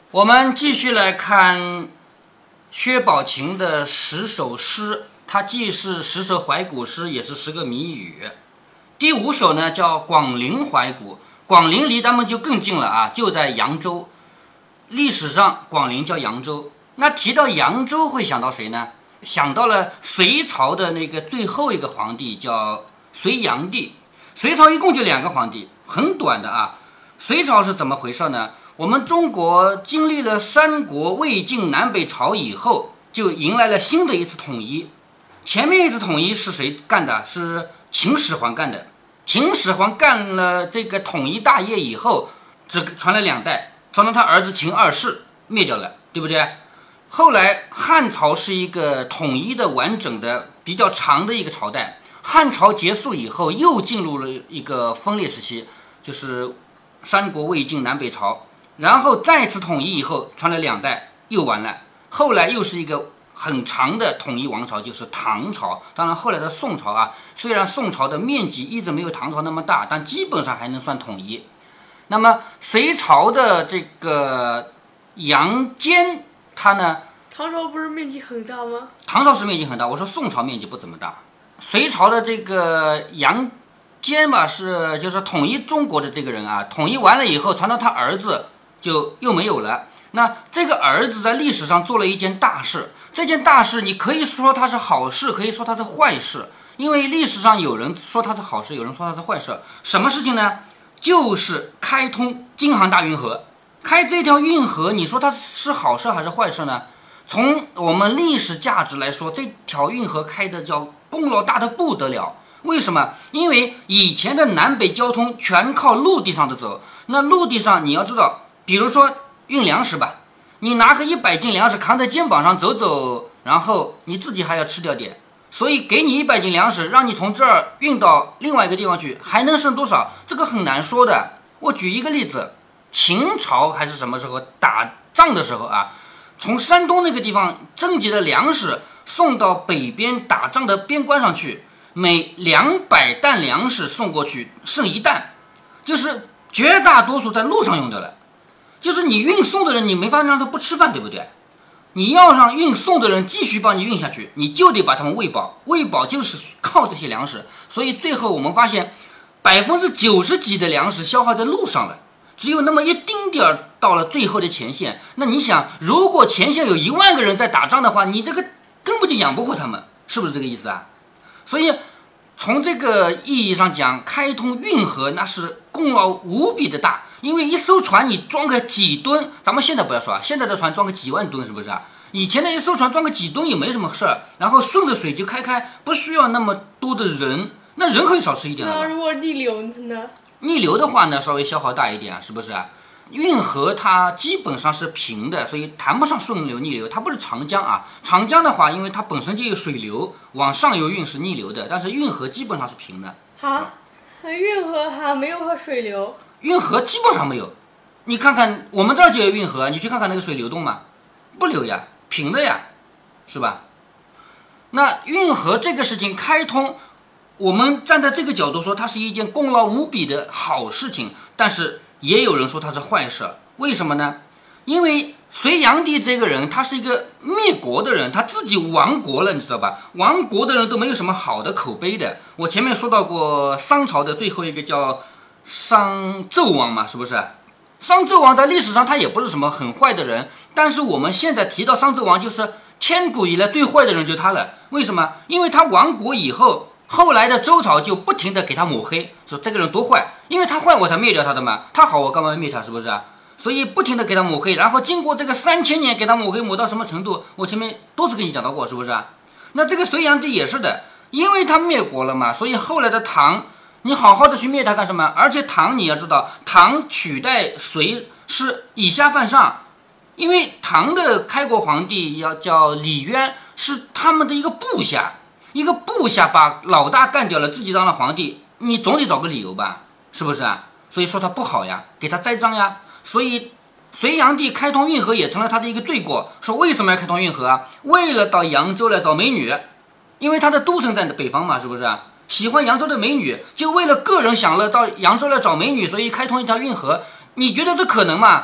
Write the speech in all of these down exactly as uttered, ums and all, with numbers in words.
我们继续来看薛宝琴的十首诗，它既是十首怀古诗，也是十个谜语。第五首呢叫广陵怀古，广陵离咱们就更近了啊，就在扬州。历史上广陵叫扬州，那提到扬州会想到谁呢？想到了隋朝的那个最后一个皇帝叫隋炀帝。隋朝一共就两个皇帝，很短的啊。隋朝是怎么回事呢？我们中国经历了三国、魏晋南北朝以后，就迎来了新的一次统一。前面一次统一是谁干的？是秦始皇干的。秦始皇干了这个统一大业以后，只传了两代，传到他儿子秦二世灭掉了，对不对？后来汉朝是一个统一的完整的比较长的一个朝代。汉朝结束以后，又进入了一个分裂时期，就是三国、魏晋南北朝。然后再次统一以后，传了两代，又完了。后来又是一个很长的统一王朝，就是唐朝。当然后来的宋朝啊，虽然宋朝的面积一直没有唐朝那么大，但基本上还能算统一。那么隋朝的这个杨坚，他呢？ 唐朝不是面积很大吗？ 唐朝是面积很大，我说宋朝面积不怎么大。隋朝的这个杨坚吧，是就是统一中国的这个人啊，统一完了以后，传到他儿子。就又没有了。那这个儿子在历史上做了一件大事，这件大事你可以说它是好事，可以说它是坏事，因为历史上有人说它是好事，有人说它是坏事。什么事情呢？就是开通京杭大运河。开这条运河，你说它是好事还是坏事呢？从我们历史价值来说，这条运河开的叫功劳大的不得了。为什么？因为以前的南北交通全靠陆地上的走，那陆地上你要知道，比如说运粮食吧，你拿个一百斤粮食扛在肩膀上走走，然后你自己还要吃掉点，所以给你一百斤粮食，让你从这儿运到另外一个地方去，还能剩多少？这个很难说的。我举一个例子，秦朝还是什么时候打仗的时候啊，从山东那个地方征集的粮食送到北边打仗的边关上去，每两百担粮食送过去剩一担，就是绝大多数在路上用的了。就是你运送的人，你没法让他不吃饭，对不对？你要让运送的人继续帮你运下去，你就得把他们喂饱，喂饱就是靠这些粮食。所以最后我们发现，百分之九十几的粮食消耗在路上了，只有那么一丁点儿到了最后的前线。那你想，如果前线有一万个人在打仗的话，你这个根本就养不活他们，是不是这个意思啊？所以从这个意义上讲，开通运河那是功劳无比的大。因为一艘船你装个几吨，咱们现在不要说啊，现在的船装个几万吨，是不是啊？以前的一艘船装个几吨也没什么事儿，然后顺着水就开开，不需要那么多的人，那人可以少吃一点了。 那如果逆流呢？ 逆流的话呢，稍微消耗大一点啊，是不是啊？运河它基本上是平的，所以谈不上顺流逆流，它不是长江啊。长江的话，因为它本身就有水流，往上游运是逆流的，但是运河基本上是平的。 啊，运河还没有和水流？ 运河基本上没有，你看看我们这儿就有运河，你去看看那个水流动吗？不流呀，平的呀，是吧？那运河这个事情开通，我们站在这个角度说，它是一件功劳无比的好事情，但是也有人说它是坏事。为什么呢？因为隋炀帝这个人，他是一个灭国的人，他自己亡国了，你知道吧？亡国的人都没有什么好的口碑的。我前面说到过，商朝的最后一个叫商纣王嘛，是不是？商纣王在历史上他也不是什么很坏的人，但是我们现在提到商纣王，就是千古以来最坏的人就是他了。为什么？因为他亡国以后，后来的周朝就不停的给他抹黑，说这个人多坏，因为他坏我才灭掉他的嘛，他好我干嘛要灭他，是不是？所以不停的给他抹黑，然后经过这个三千年给他抹黑，抹到什么程度？我前面多次跟你讲到过，是不是？那这个隋炀帝也是的，因为他灭国了嘛，所以后来的唐，你好好的去灭他干什么？而且唐你要知道，唐取代隋是以下犯上，因为唐的开国皇帝要叫李渊，是他们的一个部下，一个部下把老大干掉了，自己当了皇帝，你总得找个理由吧，是不是啊？所以说他不好呀，给他栽赃呀。所以隋炀帝开通运河也成了他的一个罪过。说为什么要开通运河啊？为了到扬州来找美女，因为他的都城在北方嘛，是不是啊？喜欢扬州的美女，就为了个人享乐到扬州来找美女，所以开通一条运河。你觉得这可能吗？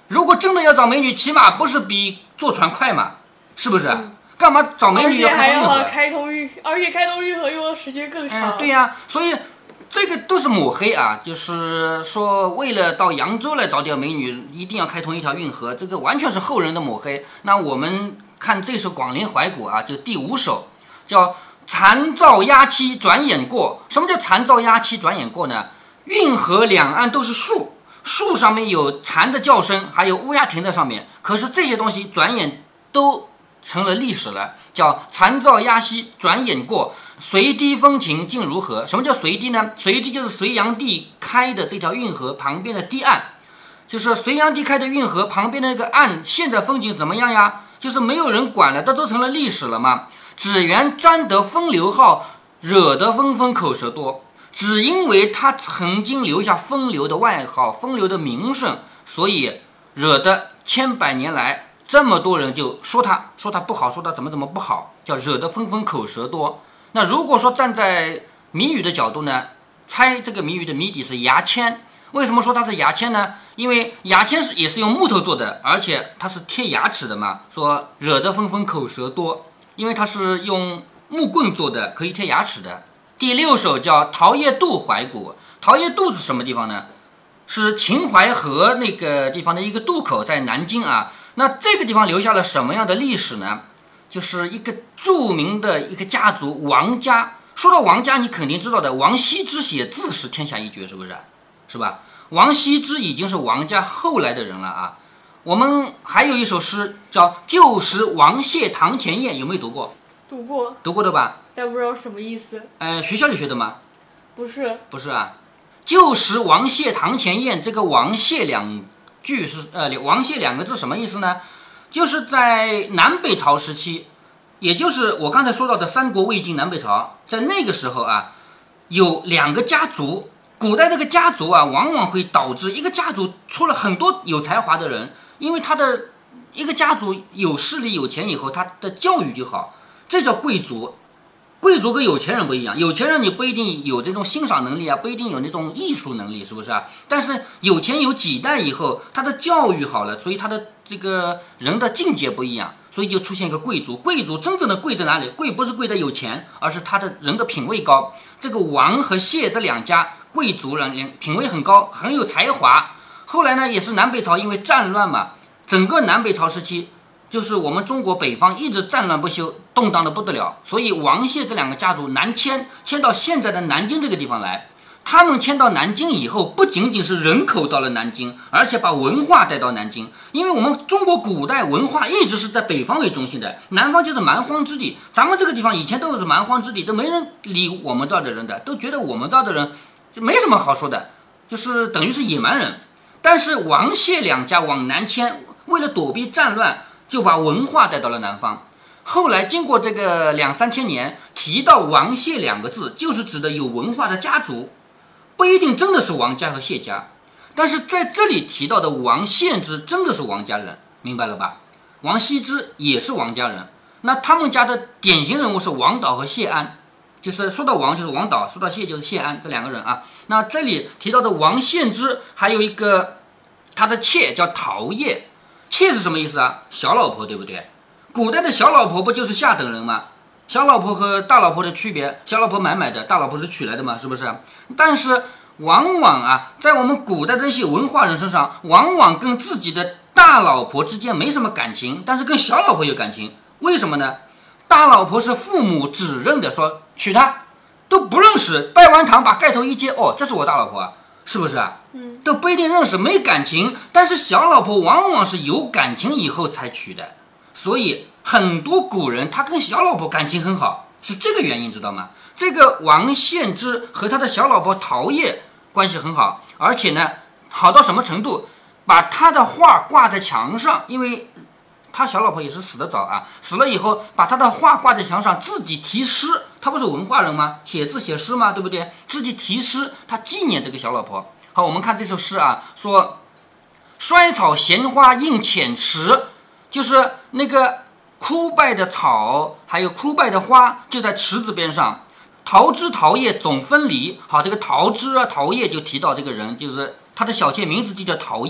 如果真的要找美女，起码不是比坐船快嘛？是不是？ 嗯、 干嘛找美女要开通运河？ 开通运，而且开通运河用的时间更长。 嗯，对呀、啊，所以这个都是抹黑啊，就是说为了到扬州来找点美女，一定要开通一条运河，这个完全是后人的抹黑。那我们看这首《广陵怀古》啊，就第五首，叫残照鸦栖转眼过。什么叫残照鸦栖转眼过呢？运河两岸都是树，树上面有蝉的叫声，还有乌鸦停在上面。可是这些东西转眼都成了历史了，叫残照鸦栖转眼过，随堤风情尽如何。什么叫随堤呢？随堤就是隋炀帝开的这条运河旁边的堤岸，就是隋炀帝开的运河旁边的那个岸，现在风景怎么样呀？就是没有人管了，这都成了历史了嘛。只缘沾得风流号，惹得纷纷口舌多。只因为他曾经留下风流的外号，风流的名声，所以惹得千百年来这么多人就说他，说他不好，说他怎么怎么不好，叫惹得纷纷口舌多。那如果说站在谜语的角度呢，猜这个谜语的谜底是牙签。为什么说它是牙签呢？因为牙签是也是用木头做的，而且它是贴牙齿的嘛。说惹得纷纷口舌多，因为它是用木棍做的，可以贴牙齿的。第六首叫桃叶渡怀古。桃叶渡是什么地方呢？是秦淮河那个地方的一个渡口，在南京啊。那这个地方留下了什么样的历史呢？就是一个著名的一个家族王家。说到王家，你肯定知道的，王羲之写字是天下一绝，是不是？是吧？王羲之已经是王家后来的人了啊。我们还有一首诗叫《旧时王谢堂前燕》，有没有读过？ 读过， 读过的吧？ 但不知道什么意思。 呃，学校里学的吗？ 不是， 不是啊。旧时王谢堂前燕，这个王谢两句是呃，王谢两个字什么意思呢？就是在南北朝时期，也就是我刚才说到的三国、魏晋、南北朝，在那个时候啊，有两个家族。古代这个家族啊，往往会导致一个家族出了很多有才华的人，因为他的一个家族有势力、有钱以后，他的教育就好，这叫贵族。贵族跟有钱人不一样，有钱人你不一定有这种欣赏能力啊，不一定有那种艺术能力，是不是啊？但是有钱有几代以后，他的教育好了，所以他的这个人的境界不一样，所以就出现一个贵族。贵族真正的贵在哪里？贵不是贵在有钱，而是他的人的品位高。这个王和谢这两家贵族人品位很高，很有才华。后来呢，也是南北朝因为战乱嘛，整个南北朝时期，就是我们中国北方一直战乱不休，动荡的不得了。所以王谢这两个家族南迁，迁到现在的南京这个地方来。他们迁到南京以后，不仅仅是人口到了南京，而且把文化带到南京。因为我们中国古代文化一直是在北方为中心的，南方就是蛮荒之地。咱们这个地方以前都是蛮荒之地，都没人理我们这儿的人的，都觉得我们这儿的人就没什么好说的，就是等于是野蛮人。但是王谢两家往南迁，为了躲避战乱，就把文化带到了南方。后来经过这个两三千年，提到王谢两个字，就是指的有文化的家族，不一定真的是王家和谢家。但是在这里提到的王献之真的是王家人，明白了吧？王羲之也是王家人。那他们家的典型人物是王导和谢安，就是说到王就是王导，说到谢就是谢安，这两个人啊。那这里提到的王献之还有一个他的妾叫陶叶。妾是什么意思啊？小老婆，对不对？古代的小老婆不就是下等人吗？小老婆和大老婆的区别，小老婆买买的，大老婆是娶来的嘛，是不是？但是往往啊，在我们古代的那些文化人身上，往往跟自己的大老婆之间没什么感情，但是跟小老婆有感情。为什么呢？大老婆是父母指认的，说娶她，都不认识，拜完堂把盖头一揭，哦，这是我大老婆啊，是不是啊？ 嗯， 都不一定认识，没感情。但是小老婆往往是有感情以后才娶的，所以很多古人他跟小老婆感情很好，是这个原因，知道吗？这个王献之和他的小老婆陶叶关系很好，而且呢，好到什么程度？把他的画挂在墙上，因为他小老婆也是死得早啊，死了以后把他的画挂在墙上，自己题诗。他不是文化人吗？写字写诗吗？对不对？自己题诗，他纪念这个小老婆。好，我们看这首诗啊，说衰草闲花映浅池，就是那个枯败的草还有枯败的花就在池子边上。桃枝桃叶总分离。好，这个桃枝啊桃叶就提到这个人，就是他的小妾名字就叫桃叶。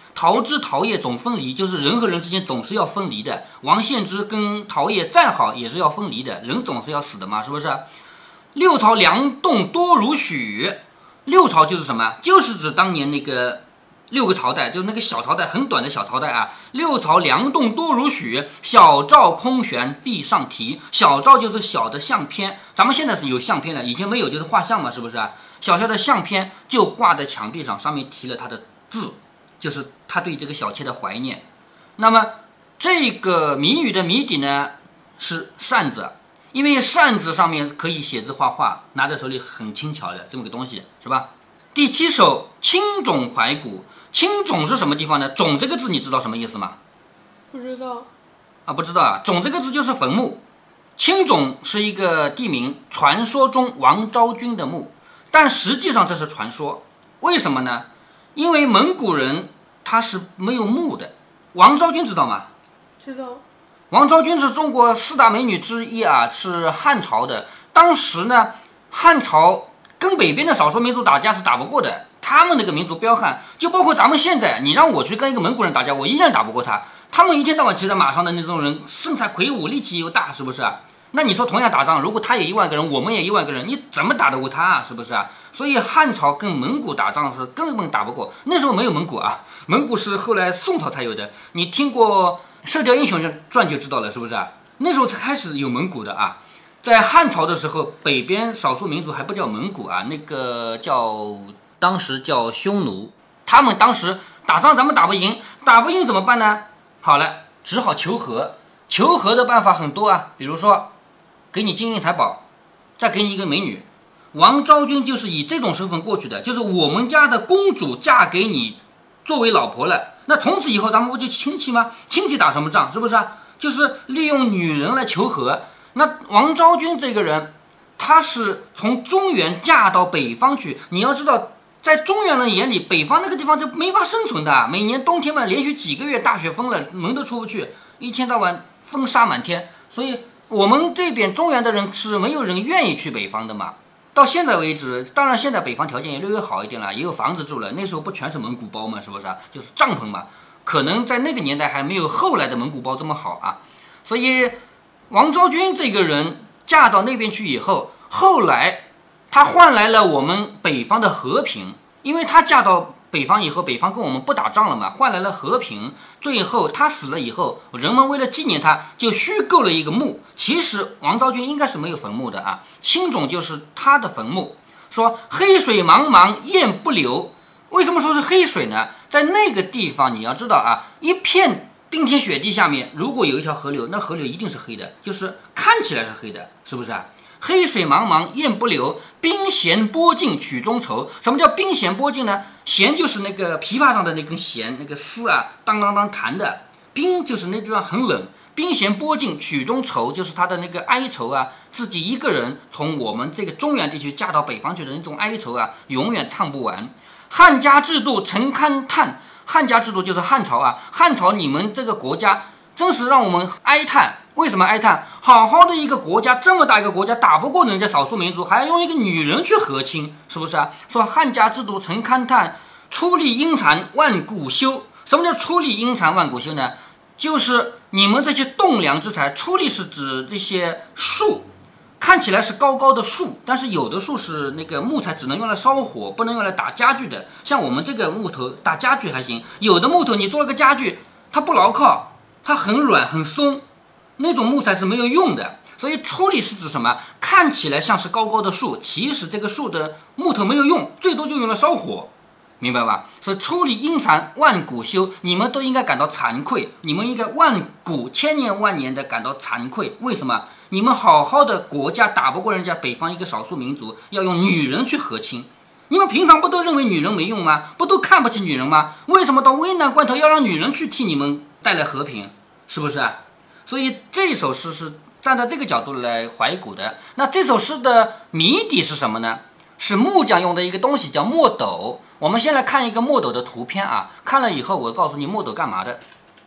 桃枝桃叶总分离，就是人和人之间总是要分离的。王献之跟桃叶再好也是要分离的，人总是要死的嘛，是不是？六朝梁栋多如许，六朝就是什么？就是指当年那个六个朝代，就是那个小朝代，很短的小朝代啊。六朝梁栋多如许，小照空悬壁上题。小照就是小的相片，咱们现在是有相片了，以前没有，就是画像嘛，是不是啊？小小的相片就挂在墙壁上，上面题了他的字，就是他对这个小妾的怀念。那么这个谜语的谜底呢是扇子，因为扇子上面可以写字画画，拿在手里很轻巧的这么个东西，是吧？第七首青冢怀古，青冢是什么地方呢？冢这个字你知道什么意思吗？ 不知道啊，不知道啊。冢这个字就是坟墓，青冢是一个地名，传说中王昭君的墓。但实际上这是传说，为什么呢？因为蒙古人他是没有墓的。王昭君知道吗？ 知道。 王昭君是中国四大美女之一啊，是汉朝的。当时呢，汉朝跟北边的少数民族打架是打不过的，他们那个民族彪悍，就包括咱们现在，你让我去跟一个蒙古人打架，我依然打不过他。他们一天到晚骑在马上的那种人，身材魁梧，力气又大，是不是？那你说同样打仗，如果他也一万个人，我们也一万个人，你怎么打得过他啊？是不是啊？所以汉朝跟蒙古打仗是根本打不过。那时候没有蒙古啊，蒙古是后来宋朝才有的。你听过《射雕英雄传》就知道了，是不是啊？那时候才开始有蒙古的啊。在汉朝的时候，北边少数民族还不叫蒙古啊，那个叫当时叫匈奴。他们当时打仗咱们打不赢，打不赢怎么办呢？好了，只好求和。求和的办法很多啊，比如说给你金银财宝，再给你一个美女。王昭君就是以这种身份过去的，就是我们家的公主嫁给你作为老婆了，那从此以后咱们不就亲戚吗？亲戚打什么仗，是不是啊？就是利用女人来求和。那王昭君这个人，她是从中原嫁到北方去，你要知道在中原人眼里，北方那个地方就没法生存的，每年冬天嘛，连续几个月大雪封了，门都出不去，一天到晚风沙满天，所以我们这边中原的人是没有人愿意去北方的嘛。到现在为止，当然现在北方条件也略微好一点了，也有房子住了。那时候不全是蒙古包嘛，是不是啊？就是帐篷嘛，可能在那个年代还没有后来的蒙古包这么好啊。所以王昭君这个人嫁到那边去以后，后来她换来了我们北方的和平，因为她嫁到北方以后，北方跟我们不打仗了嘛，换来了和平。最后他死了以后，人们为了纪念他，就虚构了一个墓。其实王昭君应该是没有坟墓的啊，青冢就是他的坟墓。说黑水茫茫雁不留，为什么说是黑水呢？在那个地方你要知道啊，一片冰天雪地下面，如果有一条河流，那河流一定是黑的，就是看起来是黑的，是不是啊？黑水茫茫雁不留，冰弦波尽曲中愁。什么叫冰弦波尽呢？弦就是那个琵琶上的那根弦，那个丝啊，当当当弹的。冰就是那地方很冷，冰弦波尽曲中愁，就是他的那个哀愁啊，自己一个人从我们这个中原地区嫁到北方去的那种哀愁啊，永远唱不完。汉家制度诚堪叹，汉家制度就是汉朝啊，汉朝你们这个国家真是让我们哀叹。为什么哀叹？好好的一个国家，这么大一个国家，打不过人家少数民族，还要用一个女人去和亲，是不是啊？说汉家制度诚堪叹，出力阴残万古修。什么叫出力阴残万古修呢？就是你们这些栋梁之材，出力是指这些树，看起来是高高的树，但是有的树是那个木材只能用来烧火，不能用来打家具的。像我们这个木头打家具还行，有的木头你做了个家具，它不牢靠，它很软很松，那种木材是没有用的。所以出力是指什么？看起来像是高高的树，其实这个树的木头没有用，最多就用来烧火，明白吧？所以出力阴残万古修，你们都应该感到惭愧，你们应该万古千年万年的感到惭愧。为什么？你们好好的国家打不过人家北方一个少数民族，要用女人去和亲。你们平常不都认为女人没用吗？不都看不起女人吗？为什么到危难关头要让女人去替你们带来和平？是不是啊？所以这首诗是站在这个角度来怀古的。那这首诗的谜底是什么呢？是木匠用的一个东西叫墨斗。我们先来看一个墨斗的图片啊，看了以后我告诉你墨斗干嘛的。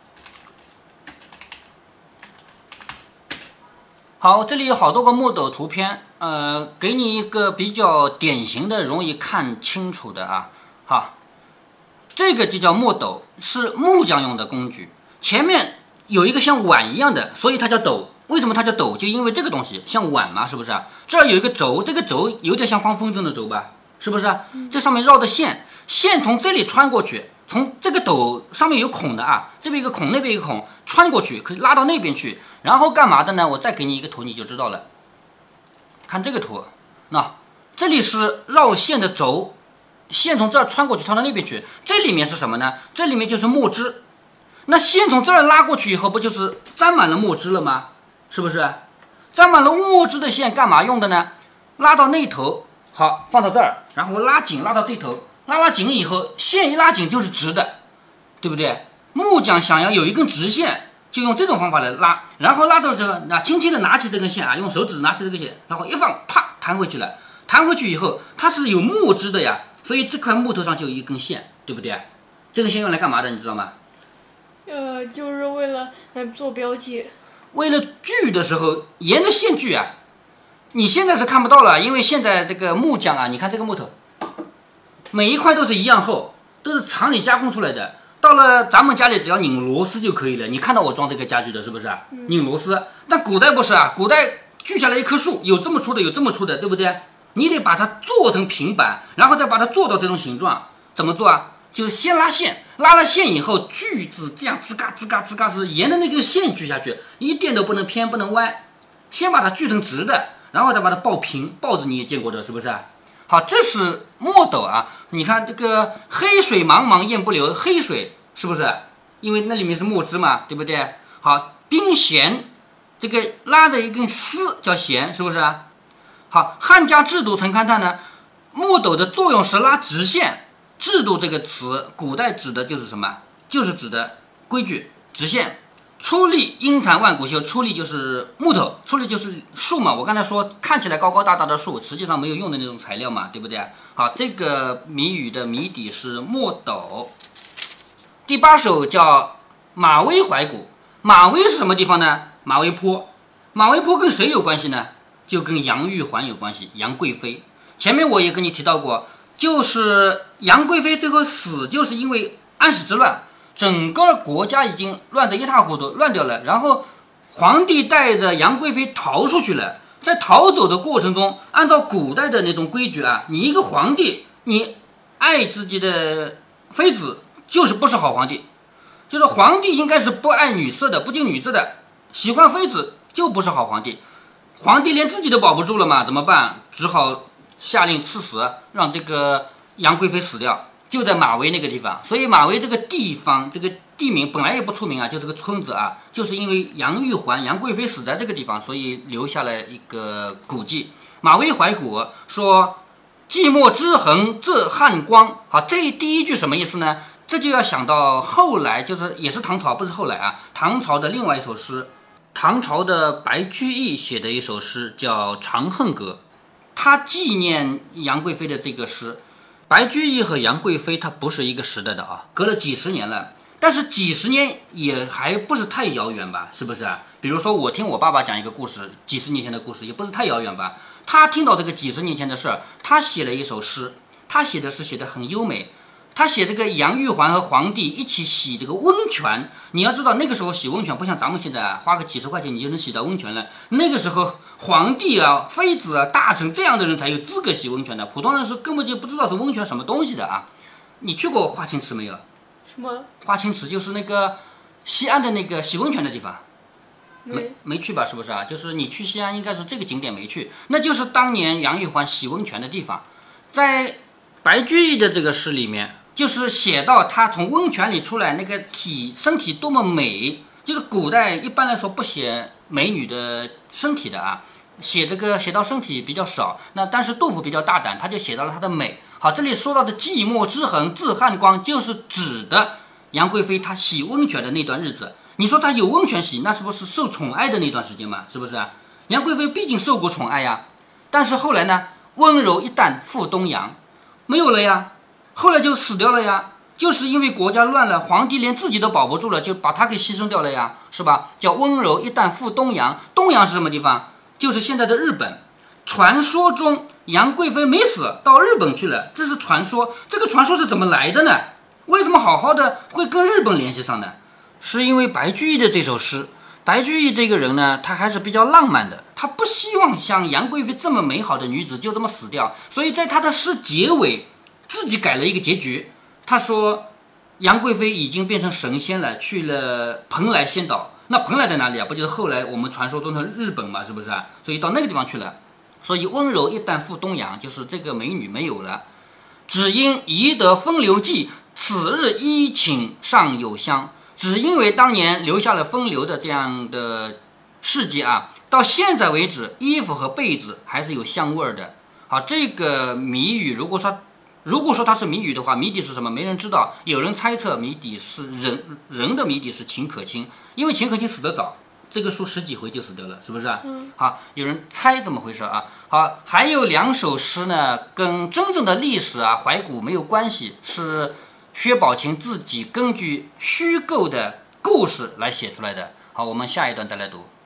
好，这里有好多个墨斗图片，呃，给你一个比较典型的、容易看清楚的啊。好，这个就叫墨斗。 是木匠用的工具，前面有一个像碗一样的，所以它叫斗。为什么它叫斗？就因为这个东西像碗嘛，是不是啊？这儿有一个轴，这个轴有点像放风筝的轴吧，是不是啊？这上面绕的线，线从这里穿过去，从这个斗上面有孔的啊，这边一个孔，那边一个孔，穿过去可以拉到那边去，然后干嘛的呢？我再给你一个图你就知道了。看这个图，那这里是绕线的轴，线从这儿穿过去穿到那边去，这里面是什么呢？这里面就是墨汁。那线从这儿拉过去以后，不就是沾满了墨汁了吗？是不是？沾满了墨汁的线干嘛用的呢？拉到那头，好，放到这儿，然后拉紧，拉到这头，拉拉紧以后，线一拉紧就是直的，对不对？木匠想要有一根直线，就用这种方法来拉，然后拉到这个，那轻轻的拿起这根线啊，用手指拿起这根线，然后一放，啪，弹回去了。弹回去以后，它是有墨汁的呀，所以这块木头上就有一根线，对不对？这根线用来干嘛的？你知道吗？ 呃，就是为了来做标记。 为了锯的时候，沿着线锯啊。你现在是看不到了，因为现在这个木匠啊，你看这个木头，每一块都是一样厚，都是厂里加工出来的。到了咱们家里，只要拧螺丝就可以了。你看到我装这个家具的是不是？拧螺丝。但古代不是啊，古代锯下来一棵树，有这么粗的，有这么粗的，对不对？你得把它做成平板，然后再把它做到这种形状。怎么做啊？就是先拉线，拉了线以后，锯子这样吱嘎吱嘎吱嘎是沿着那根线锯下去，一点都不能偏，不能歪。先把它锯成直的，然后再把它抱平。抱子你也见过的，是不是？好，这是墨斗啊。你看这个黑水茫茫雁不流，黑水是不是？因为那里面是墨汁嘛，对不对？好，冰弦，这个拉的一根丝叫弦，是不是？好，汉家制度曾勘探呢，墨斗的作用是拉直线。制度这个词，古代指的就是什么？就是指的规矩、直线。出力因材万古秀，出力就是木头，出力就是树嘛。我刚才说看起来高高大大的树，实际上没有用的那种材料嘛，对不对？好，这个谜语的谜底是墨斗。第八首叫马嵬怀古。马嵬是什么地方呢？马嵬坡。马嵬坡跟谁有关系呢？就跟杨玉环有关系，杨贵妃。前面我也跟你提到过，就是杨贵妃最后死，就是因为安史之乱，整个国家已经乱得一塌糊涂，乱掉了。然后皇帝带着杨贵妃逃出去了，在逃走的过程中，按照古代的那种规矩啊，你一个皇帝，你爱自己的妃子，就是不是好皇帝。就是皇帝应该是不爱女色的，不近女色的，喜欢妃子就不是好皇帝。皇帝连自己都保不住了嘛，怎么办？只好下令赐死，让这个杨贵妃死掉，就在马嵬那个地方。所以马嵬这个地方，这个地名本来也不出名啊，就是个村子啊，就是因为杨玉环、杨贵妃死在这个地方，所以留下了一个古迹。马嵬怀古说：“寂寞之痕自汉光。”好，这第一句什么意思呢？这就要想到后来，就是也是唐朝，不是后来啊，唐朝的另外一首诗，唐朝的白居易写的一首诗叫《长恨歌》。他纪念杨贵妃的这个诗，白居易和杨贵妃他不是一个时代的啊，隔了几十年了，但是几十年也还不是太遥远吧，是不是啊？比如说我听我爸爸讲一个故事，几十年前的故事，也不是太遥远吧。他听到这个几十年前的事儿，他写了一首诗，他写的诗写得很优美。他写这个杨玉环和皇帝一起洗这个温泉，你要知道那个时候洗温泉不像咱们现在啊，花个几十块钱你就能洗到温泉了。那个时候皇帝啊、妃子啊、大臣这样的人才有资格洗温泉的，普通人是根本就不知道是温泉什么东西的啊。你去过华清池没有？ 什么？ 华清池就是那个西安的那个洗温泉的地方。没没去吧？是不是啊？就是你去西安应该是这个景点没去，那就是当年杨玉环洗温泉的地方。在白居易的这个诗里面，就是写到他从温泉里出来，那个体身体多么美。就是古代一般来说不写美女的身体的啊，写这个写到身体比较少。那但是杜甫比较大胆，他就写到了她的美。好，这里说到的寂寞之痕自汉光，就是指的杨贵妃她洗温泉的那段日子。你说她有温泉洗，那是不是受宠爱的那段时间嘛？是不是？杨贵妃毕竟受过宠爱呀。但是后来呢，温柔一旦赴东阳，没有了呀，后来就死掉了呀。就是因为国家乱了，皇帝连自己都保不住了，就把他给牺牲掉了呀，是吧？叫温柔一旦赴东阳。东阳是什么地方？就是现在的日本。传说中杨贵妃没死，到日本去了，这是传说。这个传说是怎么来的呢？ 为什么好好的会跟日本联系上呢？是因为白居易的这首诗。白居易这个人呢，他还是比较浪漫的，他不希望像杨贵妃这么美好的女子就这么死掉，所以在他的诗结尾自己改了一个结局。他说杨贵妃已经变成神仙了，去了蓬莱仙岛。那蓬莱在哪里啊？不就是后来我们传说中的日本嘛，是不是啊？所以到那个地方去了。所以温柔一旦赴东阳，就是这个美女没有了。只因宜得风流记，此日衣寝尚有香。只因为当年留下了风流的这样的事迹啊，到现在为止，衣服和被子还是有香味的。好，这个谜语，如果说如果说它是谜语的话，谜底是什么？没人知道。有人猜测谜底是人人的谜底是秦可卿，因为秦可卿死得早，这个书十几回就死掉了，是不是？ 嗯。 好，有人猜这么回事啊。好，还有两首诗呢，跟真正的历史啊、怀古没有关系，是薛宝琴自己根据虚构的故事来写出来的。好，我们下一段再来读。